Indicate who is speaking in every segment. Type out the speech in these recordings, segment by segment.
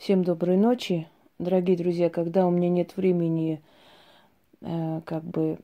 Speaker 1: Всем доброй ночи, дорогие друзья. Когда у меня нет времени, как бы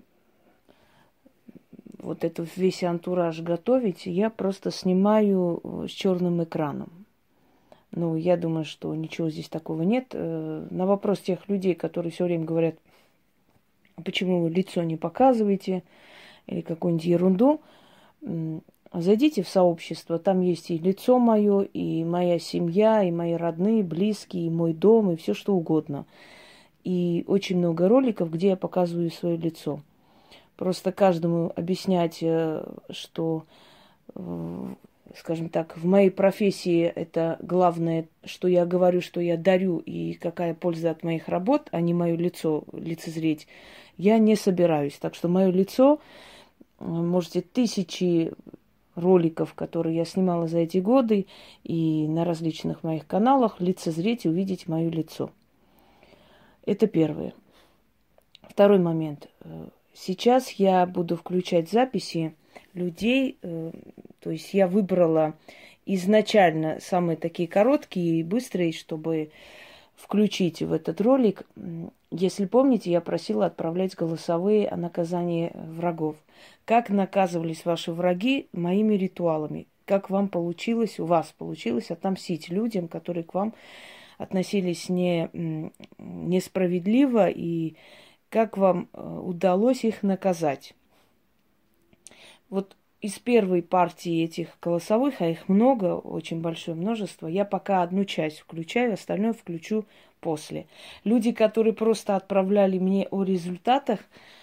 Speaker 1: вот этот весь антураж готовить, я просто снимаю с черным экраном. Ну, я думаю, что ничего здесь такого нет. На вопрос тех людей, которые все время говорят, почему вы лицо не показываете или какую-нибудь ерунду, зайдите в сообщество, там есть и лицо мое, и моя семья, и мои родные, близкие, и мой дом, и все что угодно. И очень много роликов, где я показываю свое лицо. Просто каждому объяснять, что, скажем так, в моей профессии это главное, что я говорю, что я дарю, и какая польза от моих работ, а не мое лицо лицезреть, я не собираюсь. Так что мое лицо, можете тысячи роликов, которые я снимала за эти годы, и на различных моих каналах лицезреть и увидеть мое лицо. Это первое. Второй момент. Сейчас я буду включать записи людей, то есть я выбрала изначально самые такие короткие и быстрые, чтобы включить в этот ролик. Если помните, я просила отправлять голосовые о наказании врагов. Как наказывались ваши враги моими ритуалами? Как вам получилось, у вас получилось отомстить людям, которые к вам относились несправедливо, и как вам удалось их наказать? Вот из первой партии этих голосовых, а их много, очень большое множество, я пока одну часть включаю, остальное включу после. Люди, которые просто отправляли мне о результатах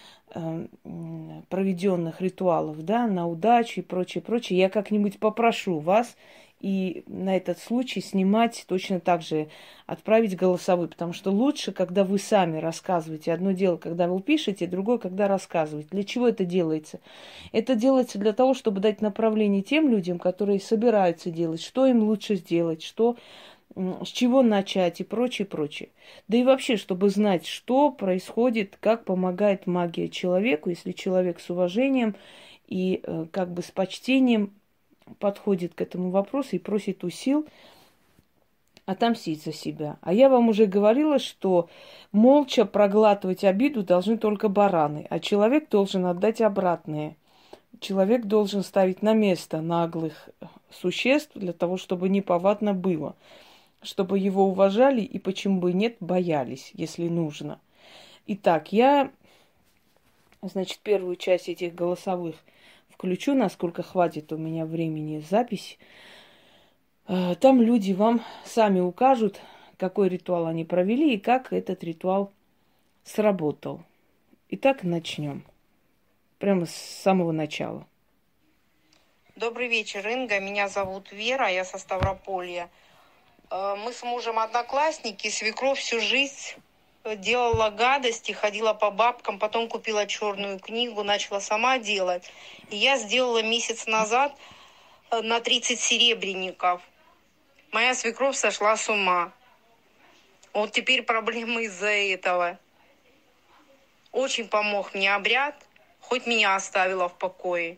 Speaker 1: проведенных ритуалов, да, на удачу и прочее, прочее, я как-нибудь попрошу вас и на этот случай снимать точно так же, отправить голосовой, потому что лучше, когда вы сами рассказываете. Одно дело, когда вы пишете, другое, когда рассказываете. Для чего это делается? Это делается для того, чтобы дать направление тем людям, которые собираются делать, что им лучше сделать, что, с чего начать и прочее, прочее. Да и вообще, чтобы знать, что происходит, как помогает магия человеку, если человек с уважением и как бы с почтением подходит к этому вопросу и просит у сил отомстить за себя. А я вам уже говорила, что молча проглатывать обиду должны только бараны, а человек должен отдать обратное. Человек должен ставить на место наглых существ для того, чтобы неповадно было, чтобы его уважали и, почему бы нет, боялись, если нужно. Итак, я, значит, первую часть этих голосовых включу, насколько хватит у меня времени запись. Там люди вам сами укажут, какой ритуал они провели и как этот ритуал сработал. Итак, начнем. Прямо с самого начала.
Speaker 2: Добрый вечер, Инга. Меня зовут Вера, я со Ставрополья. Мы с мужем одноклассники, свекровь всю жизнь делала гадости, ходила по бабкам, потом купила черную книгу, начала сама делать. И я сделала месяц назад на 30 серебряников. Моя свекровь сошла с ума. Вот теперь проблемы из-за этого. Очень помог мне обряд, хоть меня оставила в покое.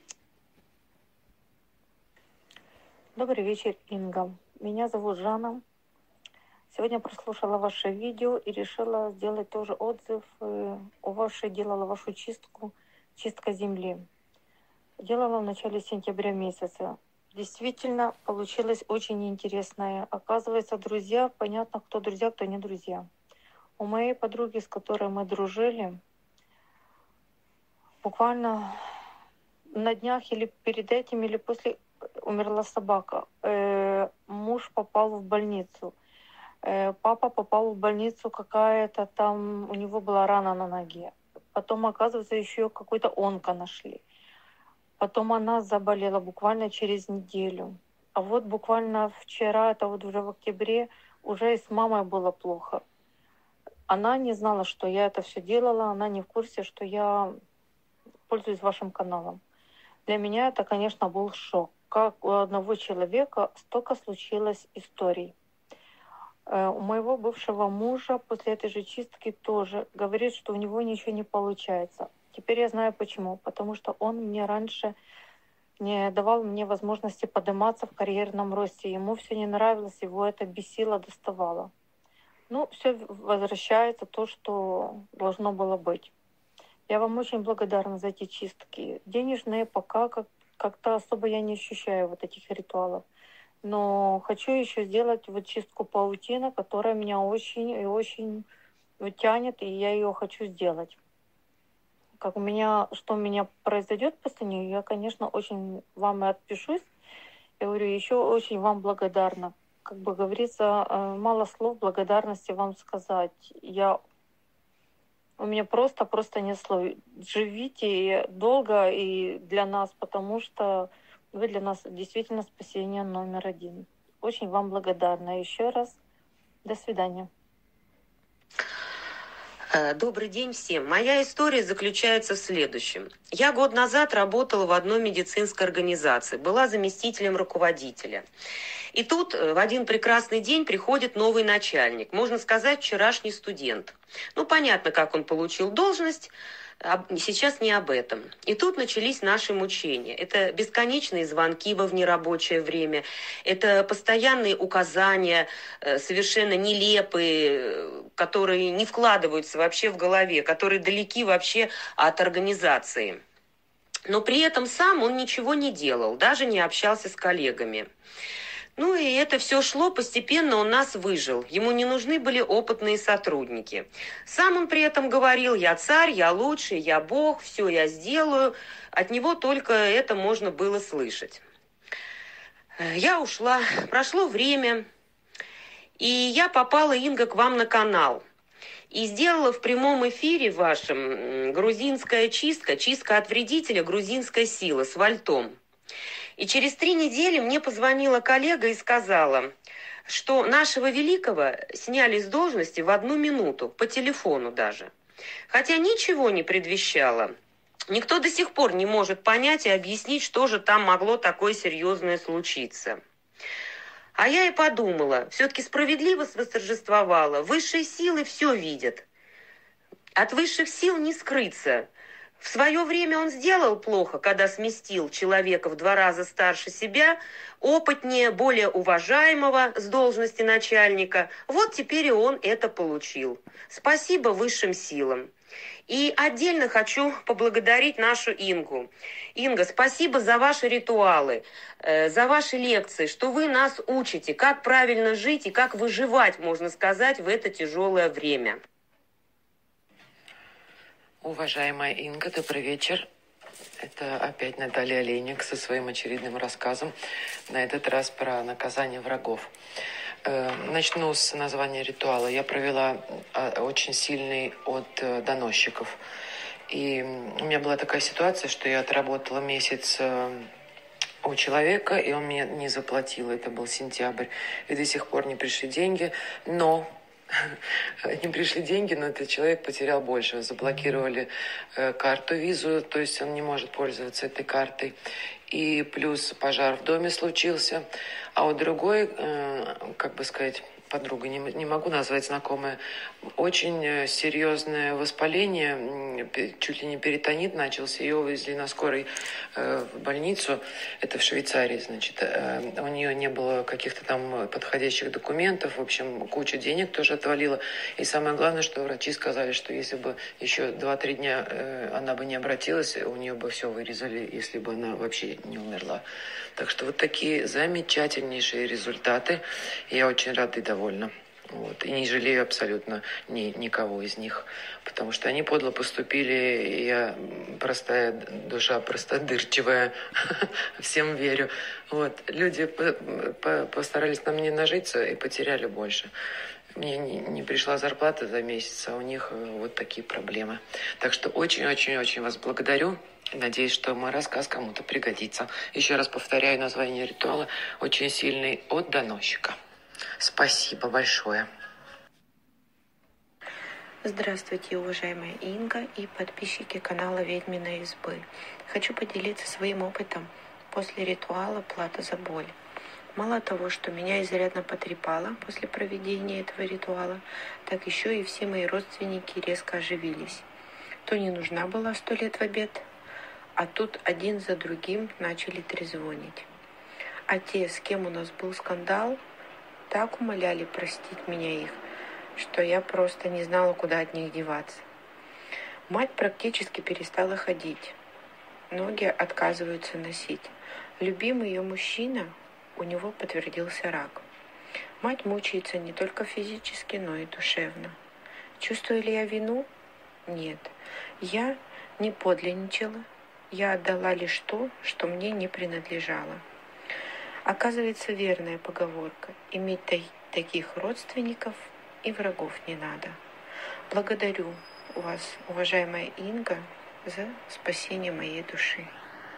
Speaker 3: Добрый вечер, Инга. Меня зовут Жанна. Сегодня прослушала ваше видео и решила сделать тоже отзыв. Делала вашу чистку, чистка земли. Делала в начале сентября месяца. Действительно, получилось очень интересное. Оказывается, друзья, понятно, кто друзья, кто не друзья. У моей подруги, с которой мы дружили, буквально на днях или перед этим, или после умерла собака. Муж попал в больницу. Папа попал в больницу, какая-то там, у него была рана на ноге. Потом, оказывается, еще какой-то онко нашли. Потом она заболела буквально через неделю. А вот буквально вчера, это вот уже в октябре, уже и с мамой было плохо. Она не знала, что я это все делала, она не в курсе, что я пользуюсь вашим каналом. Для меня это, конечно, был шок. Как у одного человека столько случилось историй. У моего бывшего мужа после этой же чистки тоже говорит, что у него ничего не получается. Теперь я знаю почему. Потому что он мне раньше не давал мне возможности подниматься в карьерном росте. Ему все не нравилось, его это бесило, доставало. Ну, все возвращается то, что должно было быть. Я вам очень благодарна за эти чистки. Денежные пока как-то особо я не ощущаю вот этих ритуалов. Но хочу еще сделать вот чистку паутины, которая меня очень и очень тянет, и я ее хочу сделать. Что у меня произойдет после нее, я, конечно, очень вам и отпишусь. Я говорю, еще очень вам благодарна. Как бы говорится, мало слов благодарности вам сказать. У меня просто нет слов. Живите долго и для нас, потому что вы для нас действительно спасение номер один. Очень вам благодарна еще раз. До свидания.
Speaker 4: Добрый день всем. Моя история заключается в следующем. Я год назад работала в одной медицинской организации, была заместителем руководителя. И тут в один прекрасный день приходит новый начальник, можно сказать, вчерашний студент. Ну, понятно, как он получил должность, сейчас не об этом. И тут начались наши мучения. Это бесконечные звонки во внерабочее время, это постоянные указания, совершенно нелепые, которые не вкладываются вообще в голове, которые далеки вообще от организации. Но при этом сам он ничего не делал, даже не общался с коллегами. Ну и это все шло постепенно, он нас выжил. Ему не нужны были опытные сотрудники. Сам он при этом говорил: я царь, я лучший, я бог, все я сделаю. От него только это можно было слышать. Я ушла, прошло время, и я попала, Инга, к вам на канал. И сделала в прямом эфире вашем грузинская чистка от вредителя, грузинская сила с вольтом. И через 3 недели мне позвонила коллега и сказала, что нашего великого сняли с должности в 1 минуту, по телефону даже. Хотя ничего не предвещало. Никто до сих пор не может понять и объяснить, что же там могло такое серьезное случиться. А я и подумала, все-таки справедливость восторжествовала, высшие силы все видят. От высших сил не скрыться. В свое время он сделал плохо, когда сместил человека в 2 раза старше себя, опытнее, более уважаемого с должности начальника. Вот теперь и он это получил. Спасибо высшим силам. И отдельно хочу поблагодарить нашу Ингу. Инга, спасибо за ваши ритуалы, за ваши лекции, что вы нас учите, как правильно жить и как выживать, можно сказать, в это тяжелое время.
Speaker 5: Уважаемая Инга, добрый вечер. Это опять Наталья Олейник со своим очередным рассказом, на этот раз про наказание врагов. Начну с названия ритуала. Я провела очень сильный от доносчиков. И у меня была такая ситуация, что я отработала месяц у человека, и он мне не заплатил. Это был сентябрь. И до сих пор не пришли деньги. Но этот человек потерял больше. Заблокировали карту, визу, то есть он не может пользоваться этой картой. И плюс пожар в доме случился. А у другой, подруга, не могу назвать знакомая, очень серьезное воспаление, чуть ли не перитонит начался, ее увезли на скорой в больницу, это в Швейцарии, значит, у нее не было каких-то там подходящих документов, в общем, куча денег тоже отвалила, и самое главное, что врачи сказали, что если бы еще 2-3 дня она бы не обратилась, у нее бы все вырезали, если бы она вообще не умерла. Так что вот такие замечательнейшие результаты. Я очень рада и довольна. Вот. И не жалею абсолютно никого из них. Потому что они подло поступили. Я простая душа, простодырчивая. Всем верю. Вот. Люди постарались на мне нажиться и потеряли больше. Мне не пришла зарплата за месяц, а у них вот такие проблемы. Так что очень-очень-очень вас благодарю. Надеюсь, что мой рассказ кому-то пригодится. Еще раз повторяю название ритуала. Очень сильный от доносчика. Спасибо большое.
Speaker 6: Здравствуйте, уважаемая Инга и подписчики канала Ведьминой избы. Хочу поделиться своим опытом после ритуала «Плата за боль». Мало того, что меня изрядно потрепало после проведения этого ритуала, так еще и все мои родственники резко оживились. То не нужна была 100 лет в обед, А тут один за другим начали трезвонить. А те, с кем у нас был скандал, так умоляли простить меня их, что я просто не знала, куда от них деваться. Мать практически перестала ходить. Ноги отказываются носить. Любимый ее мужчина, у него подтвердился рак. Мать мучается не только физически, но и душевно. Чувствую ли я вину? Нет. Я не подлинничала. Я отдала лишь то, что мне не принадлежало. Оказывается, верная поговорка. Иметь таких родственников и врагов не надо. Благодарю вас, уважаемая Инга, за спасение моей души.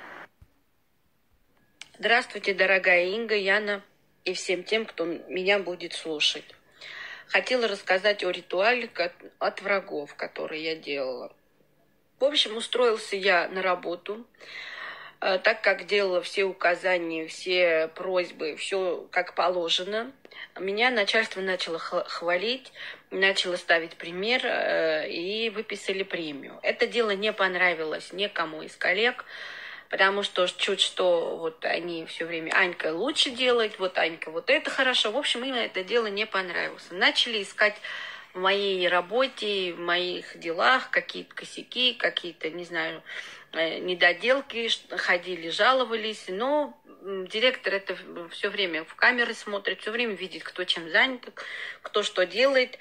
Speaker 7: Здравствуйте, дорогая Инга, Яна и всем тем, кто меня будет слушать. Хотела рассказать о ритуале от врагов, который я делала. В общем, устроился я на работу, так как делала все указания, все просьбы, все как положено. Меня начальство начало хвалить, начало ставить пример и выписали премию. Это дело не понравилось никому из коллег, потому что чуть что вот они все время Анька лучше делает, вот Анька вот это хорошо. В общем, им это дело не понравилось. Начали искать в моей работе, в моих делах какие-то косяки, какие-то, не знаю, недоделки, ходили, жаловались. Но директор это все время в камеры смотрит, все время видит, кто чем занят, кто что делает.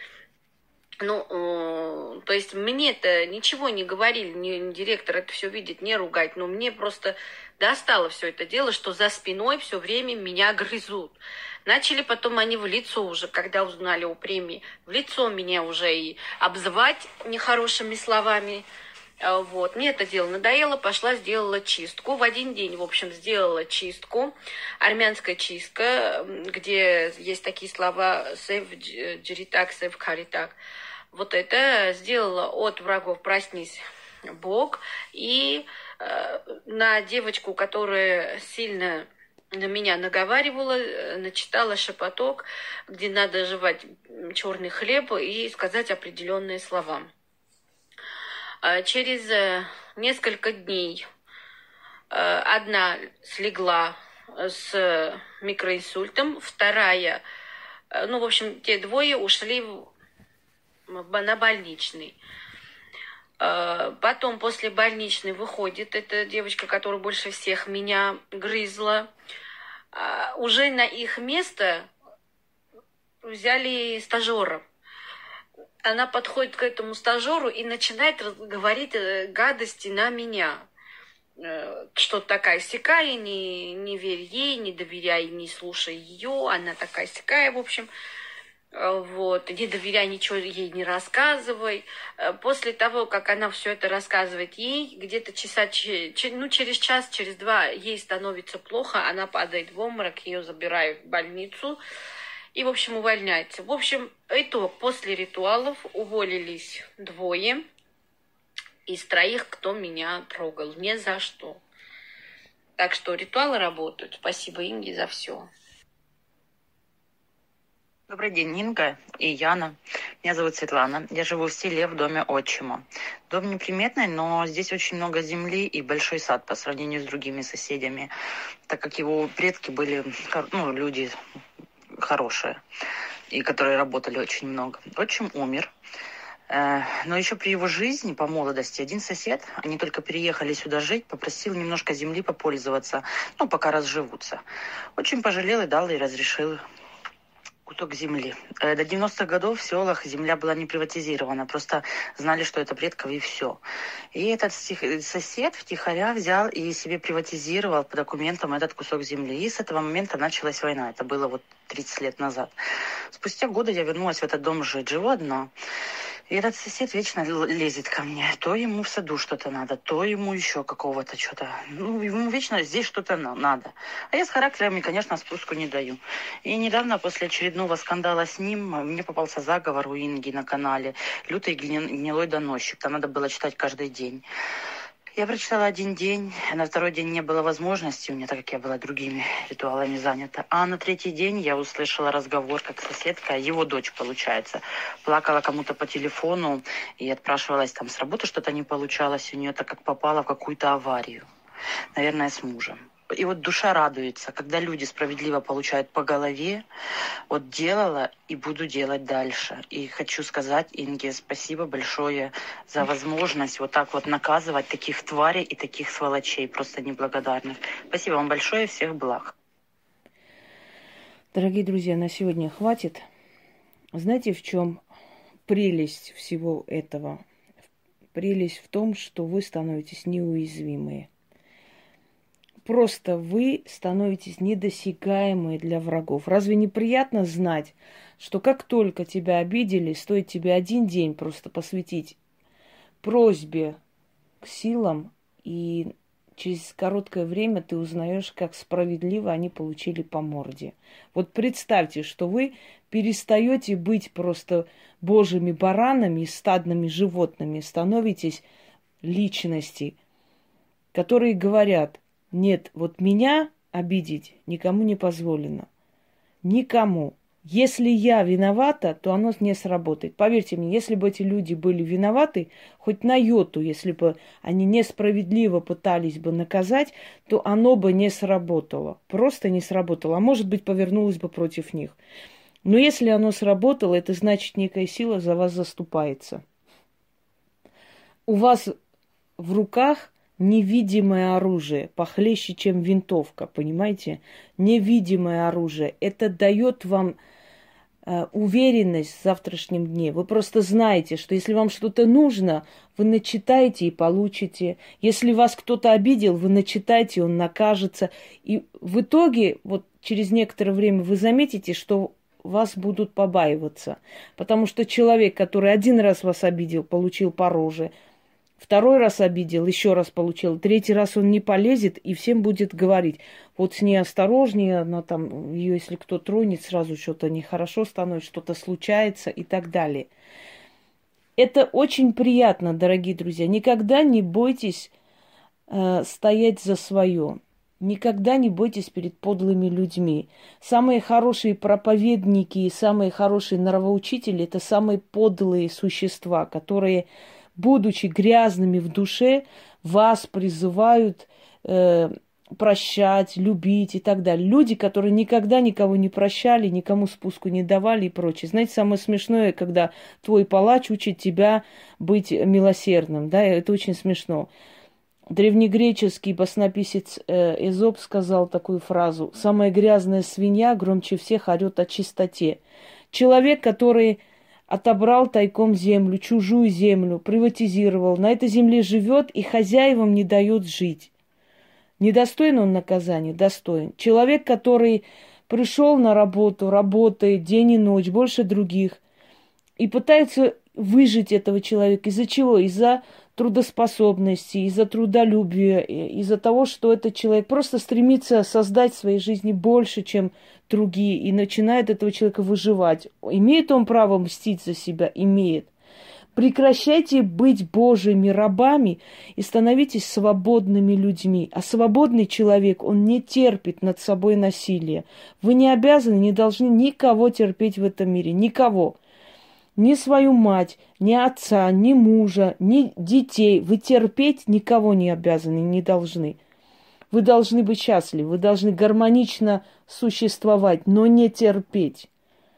Speaker 7: Ну, то есть мне-то ничего не говорили, не директор это все видит, не ругать, но мне просто достало все это дело, что за спиной все время меня грызут. Начали потом они в лицо уже, когда узнали о премии, в лицо меня уже и обзывать нехорошими словами. Вот. Мне это дело надоело, пошла, сделала чистку. В один день, в общем, сделала чистку, армянская чистка, где есть такие слова «сев джиритак», «сев каритак». Вот это сделала от врагов «проснись, Бог». И на девочку, которая сильно на меня наговаривала, начитала шепоток, где надо жевать черный хлеб и сказать определенные слова. Через несколько дней одна слегла с микроинсультом, вторая, ну, в общем, те двое ушли на больничный. Потом после больничной выходит эта девочка, которая больше всех меня грызла. Уже на их место взяли стажера. Она подходит к этому стажеру и начинает говорить гадости на меня. Что такая сякая, не верь ей, не доверяй, не слушай ее, она такая сякая, в общем. Вот, не доверяй, ничего ей не рассказывай. После того, как она все это рассказывает ей, где-то через час, через два ей становится плохо, она падает в обморок, ее забирают в больницу и, в общем, увольняется. В общем, итог, после ритуалов уволились двое из троих, кто меня трогал, ни за что. Так что ритуалы работают. Спасибо Инге за все.
Speaker 8: Добрый день, Инга и Яна. Меня зовут Светлана. Я живу в селе в доме отчима. Дом неприметный, но здесь очень много земли и большой сад по сравнению с другими соседями, так как его предки были люди хорошие, и которые работали очень много. Отчим умер. Но еще при его жизни, по молодости, один сосед, они только переехали сюда жить, попросил немножко земли попользоваться, пока разживутся. Очень пожалел и дал, и разрешил кусок земли. До 90-х годов в селах земля была не приватизирована, просто знали, что это предков, и все. И этот сосед втихаря взял и себе приватизировал по документам этот кусок земли. И с этого момента началась война. Это было 30 лет назад. Спустя годы я вернулась в этот дом жить. Живу одна. И этот сосед вечно лезет ко мне. То ему в саду что-то надо, то ему еще какого-то что-то. Ему вечно здесь что-то надо. А я с характерами, конечно, спуску не даю. И недавно, после очередного скандала с ним, мне попался заговор у Инги на канале. Лютый гнилой доносчик. Там надо было читать каждый день. Я прочитала один день, на второй день не было возможности у меня, так как я была другими ритуалами занята. А на третий день я услышала разговор, как соседка, его дочь, получается, плакала кому-то по телефону и отпрашивалась там с работы, что-то не получалось у нее, так как попала в какую-то аварию, наверное, с мужем. И вот душа радуется, когда люди справедливо получают по голове. Вот делала и буду делать дальше. И хочу сказать Инге спасибо большое за возможность вот так вот наказывать таких тварей и таких сволочей, просто неблагодарных. Спасибо вам большое, всех благ.
Speaker 1: Дорогие друзья, на сегодня хватит. Знаете, в чем прелесть всего этого? Прелесть в том, что вы становитесь неуязвимые. Просто вы становитесь недосягаемые для врагов. Разве не приятно знать, что как только тебя обидели, стоит тебе один день просто посвятить просьбе к силам, и через короткое время ты узнаешь, как справедливо они получили по морде. Вот представьте, что вы перестаете быть просто божьими баранами, стадными животными, становитесь личности, которые говорят: нет, вот меня обидеть никому не позволено. Никому. Если я виновата, то оно не сработает. Поверьте мне, если бы эти люди были виноваты, хоть на йоту, если бы они несправедливо пытались бы наказать, то оно бы не сработало. Просто не сработало. А может быть, повернулось бы против них. Но если оно сработало, это значит, некая сила за вас заступается. У вас в руках невидимое оружие, похлеще, чем винтовка, понимаете? Невидимое оружие. Это дает вам уверенность в завтрашнем дне. Вы просто знаете, что если вам что-то нужно, вы начитаете и получите. Если вас кто-то обидел, вы начитаете, он накажется. И в итоге, вот через некоторое время вы заметите, что вас будут побаиваться. Потому что человек, который один раз вас обидел, получил по роже, второй раз обидел, еще раз получил, третий раз он не полезет и всем будет говорить: вот с ней осторожнее, она там, ее если кто тронет, сразу что-то нехорошо становится, что-то случается и так далее. Это очень приятно, дорогие друзья. Никогда не бойтесь стоять за свое. Никогда не бойтесь перед подлыми людьми. Самые хорошие проповедники и самые хорошие нравоучители – это самые подлые существа, которые, будучи грязными в душе, вас призывают прощать, любить и так далее. Люди, которые никогда никого не прощали, никому спуску не давали и прочее. Знаете, самое смешное, когда твой палач учит тебя быть милосердным. Да, это очень смешно. Древнегреческий баснописец Эзоп сказал такую фразу: «Самая грязная свинья громче всех орет о чистоте». Человек, который отобрал тайком землю, чужую землю, приватизировал, на этой земле живет и хозяевам не дает жить. Недостоин он наказания? Достоин. Человек, который пришел на работу, работает день и ночь, больше других, и пытается выжить этого человека. Из-за чего? Из-за трудоспособности, из-за трудолюбия, из-за того, что этот человек просто стремится создать в своей жизни больше, чем другие, и начинает этого человека выживать. Имеет он право мстить за себя? Имеет. Прекращайте быть Божьими рабами и становитесь свободными людьми. А свободный человек, он не терпит над собой насилие. Вы не обязаны, не должны никого терпеть в этом мире. Никого. Ни свою мать, ни отца, ни мужа, ни детей. Вы терпеть никого не обязаны, не должны. Вы должны быть счастливы, вы должны гармонично существовать, но не терпеть.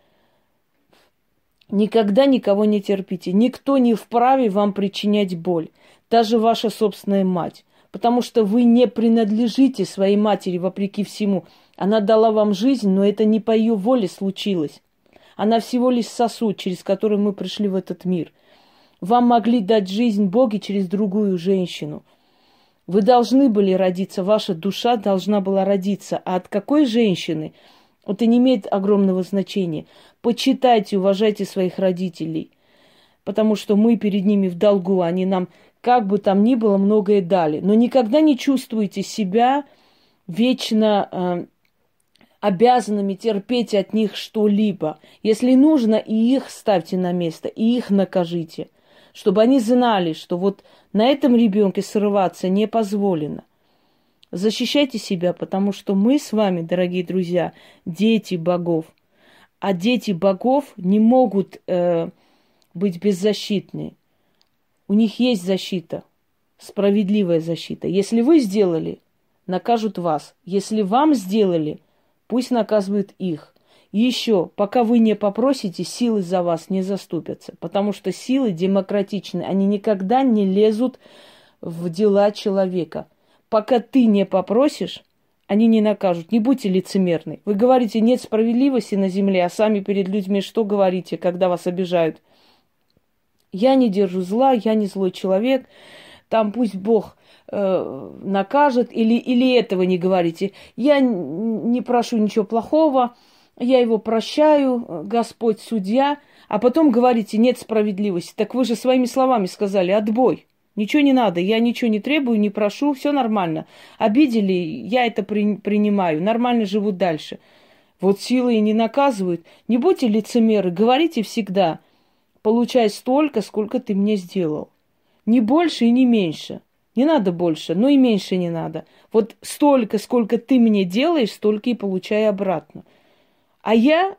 Speaker 1: Никогда никого не терпите. Никто не вправе вам причинять боль. Даже ваша собственная мать. Потому что вы не принадлежите своей матери вопреки всему. Она дала вам жизнь, но это не по ее воле случилось. Она всего лишь сосуд, через который мы пришли в этот мир. Вам могли дать жизнь боги через другую женщину. Вы должны были родиться, ваша душа должна была родиться. А от какой женщины? Это не имеет огромного значения. Почитайте, уважайте своих родителей. Потому что мы перед ними в долгу. Они нам, как бы там ни было, многое дали. Но никогда не чувствуйте себя вечно обязанными терпеть от них что-либо. Если нужно, и их ставьте на место, и их накажите. чтобы они знали, что вот на этом ребенке срываться не позволено. Защищайте себя, потому что мы с вами, дорогие друзья, дети богов. А дети богов не могут быть беззащитны. У них есть защита, справедливая защита. Если вы сделали, накажут вас. Если вам сделали, пусть наказывают их. И еще, пока вы не попросите, силы за вас не заступятся. Потому что силы демократичны, они никогда не лезут в дела человека. Пока ты не попросишь, они не накажут. Не будьте лицемерны. Вы говорите, нет справедливости на земле, а сами перед людьми что говорите, когда вас обижают? Я не держу зла, я не злой человек. Там пусть Бог накажет. Или этого не говорите. Я не прошу ничего плохого. Я его прощаю, Господь судья. А потом говорите, нет справедливости. Так вы же своими словами сказали, отбой. Ничего не надо, я ничего не требую, не прошу, все нормально. Обидели, я это принимаю, нормально живу дальше. Вот силы и не наказывают. Не будьте лицемеры, говорите всегда, получай столько, сколько ты мне сделал. Не больше и не меньше. Не надо больше, но и меньше не надо. Вот столько, сколько ты мне делаешь, столько и получай обратно. А я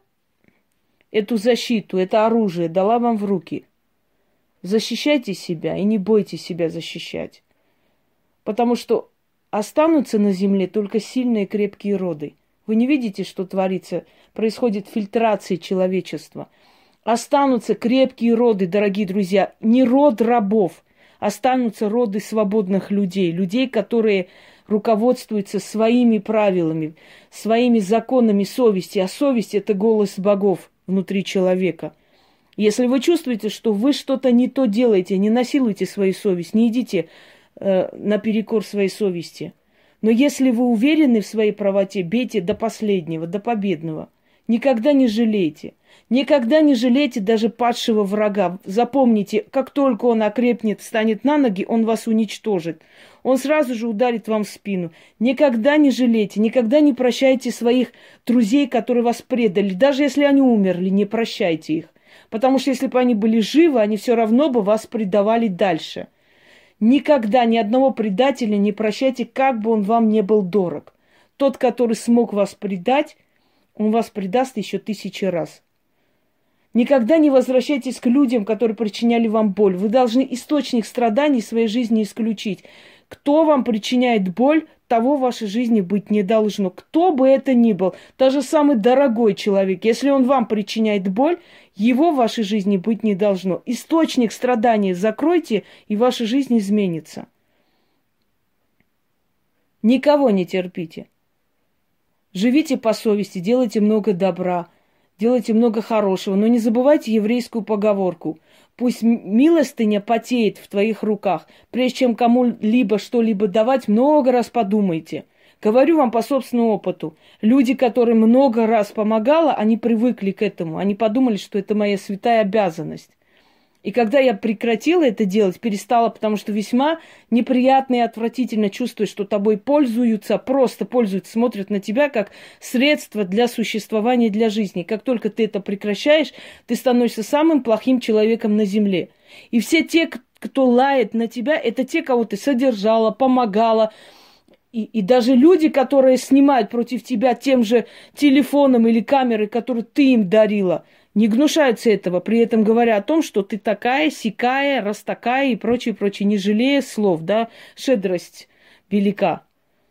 Speaker 1: эту защиту, это оружие дала вам в руки. Защищайте себя и не бойтесь себя защищать. Потому что останутся на земле только сильные крепкие роды. Вы не видите, что творится? Происходит фильтрация человечества. Останутся крепкие роды, дорогие друзья, не род рабов. Останутся роды свободных людей. Людей, которые руководствуются своими правилами, своими законами совести. А совесть – это голос богов внутри человека. Если вы чувствуете, что вы что-то не то делаете, не насилуйте свою совесть, не идите наперекор своей совести. Но если вы уверены в своей правоте, бейте до последнего, до победного. Никогда не жалейте. Никогда не жалейте даже падшего врага. Запомните, как только он окрепнет, встанет на ноги, он вас уничтожит. Он сразу же ударит вам в спину. Никогда не жалейте, никогда не прощайте своих друзей, которые вас предали. Даже если они умерли, не прощайте их. Потому что если бы они были живы, они все равно бы вас предавали дальше. Никогда ни одного предателя не прощайте, как бы он вам не был дорог. Тот, который смог вас предать, он вас предаст еще 1000 раз. Никогда не возвращайтесь к людям, которые причиняли вам боль. Вы должны источник страданий в своей жизни исключить. Кто вам причиняет боль, того в вашей жизни быть не должно. Кто бы это ни был, даже самый дорогой человек, если он вам причиняет боль, его в вашей жизни быть не должно. Источник страданий закройте, и ваша жизнь изменится. Никого не терпите. Живите по совести, делайте много добра, делайте много хорошего, но не забывайте еврейскую поговорку. Пусть милостыня потеет в твоих руках. Прежде чем кому-либо что-либо давать, много раз подумайте. Говорю вам по собственному опыту. Люди, которые много раз помогала, они привыкли к этому. Они подумали, что это моя святая обязанность. И когда я прекратила это делать, перестала, потому что весьма неприятно и отвратительно чувствуешь, что тобой пользуются, просто пользуются, смотрят на тебя как средство для существования, для жизни. Как только ты это прекращаешь, ты становишься самым плохим человеком на земле. И все те, кто лает на тебя, это те, кого ты содержала, помогала. И даже люди, которые снимают против тебя тем же телефоном или камерой, которую ты им дарила, не гнушаются этого, при этом говоря о том, что ты такая, сякая, раз такая и прочее, прочее, не жалея слов, да, щедрость велика.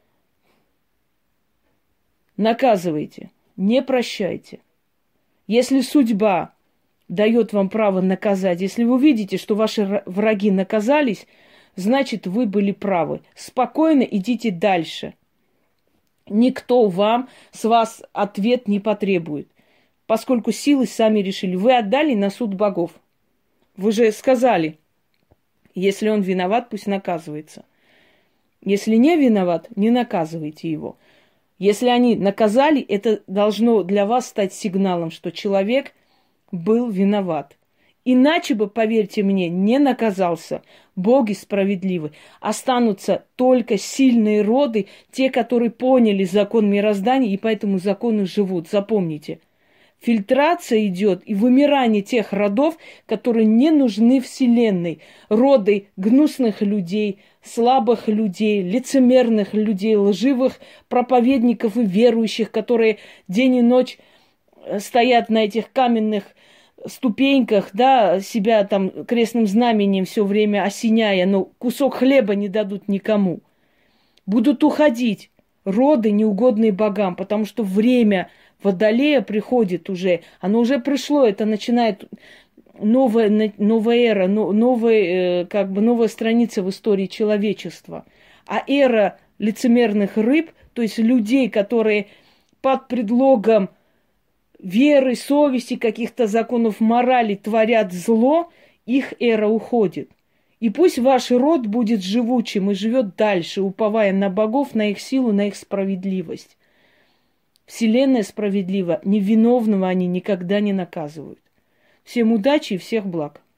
Speaker 1: Наказывайте, не прощайте. Если судьба дает вам право наказать, если вы видите, что ваши враги наказались, значит, вы были правы. Спокойно идите дальше. Никто вам с вас ответ не потребует. Поскольку силы сами решили. Вы отдали на суд богов. Вы же сказали, если он виноват, пусть наказывается. Если не виноват, не наказывайте его. Если они наказали, это должно для вас стать сигналом, что человек был виноват. Иначе бы, поверьте мне, не наказался. Боги справедливы. Останутся только сильные роды, те, которые поняли закон мироздания и по этому закону живут. Запомните. фильтрация идет и вымирание тех родов, которые не нужны Вселенной. Роды гнусных людей, слабых людей, лицемерных людей, лживых проповедников и верующих, которые день и ночь стоят на этих каменных ступеньках, да, себя там крестным знаменем все время осеняя, но кусок хлеба не дадут никому. Будут уходить роды, неугодные богам, потому что время Водолея приходит уже, оно уже пришло, это начинает новая эра, новая страница в истории человечества. А эра лицемерных рыб, то есть людей, которые под предлогом веры, совести, каких-то законов морали творят зло, их эра уходит. И пусть ваш род будет живучим и живет дальше, уповая на богов, на их силу, на их справедливость. Вселенная справедлива, невиновного они никогда не наказывают. Всем удачи и всех благ.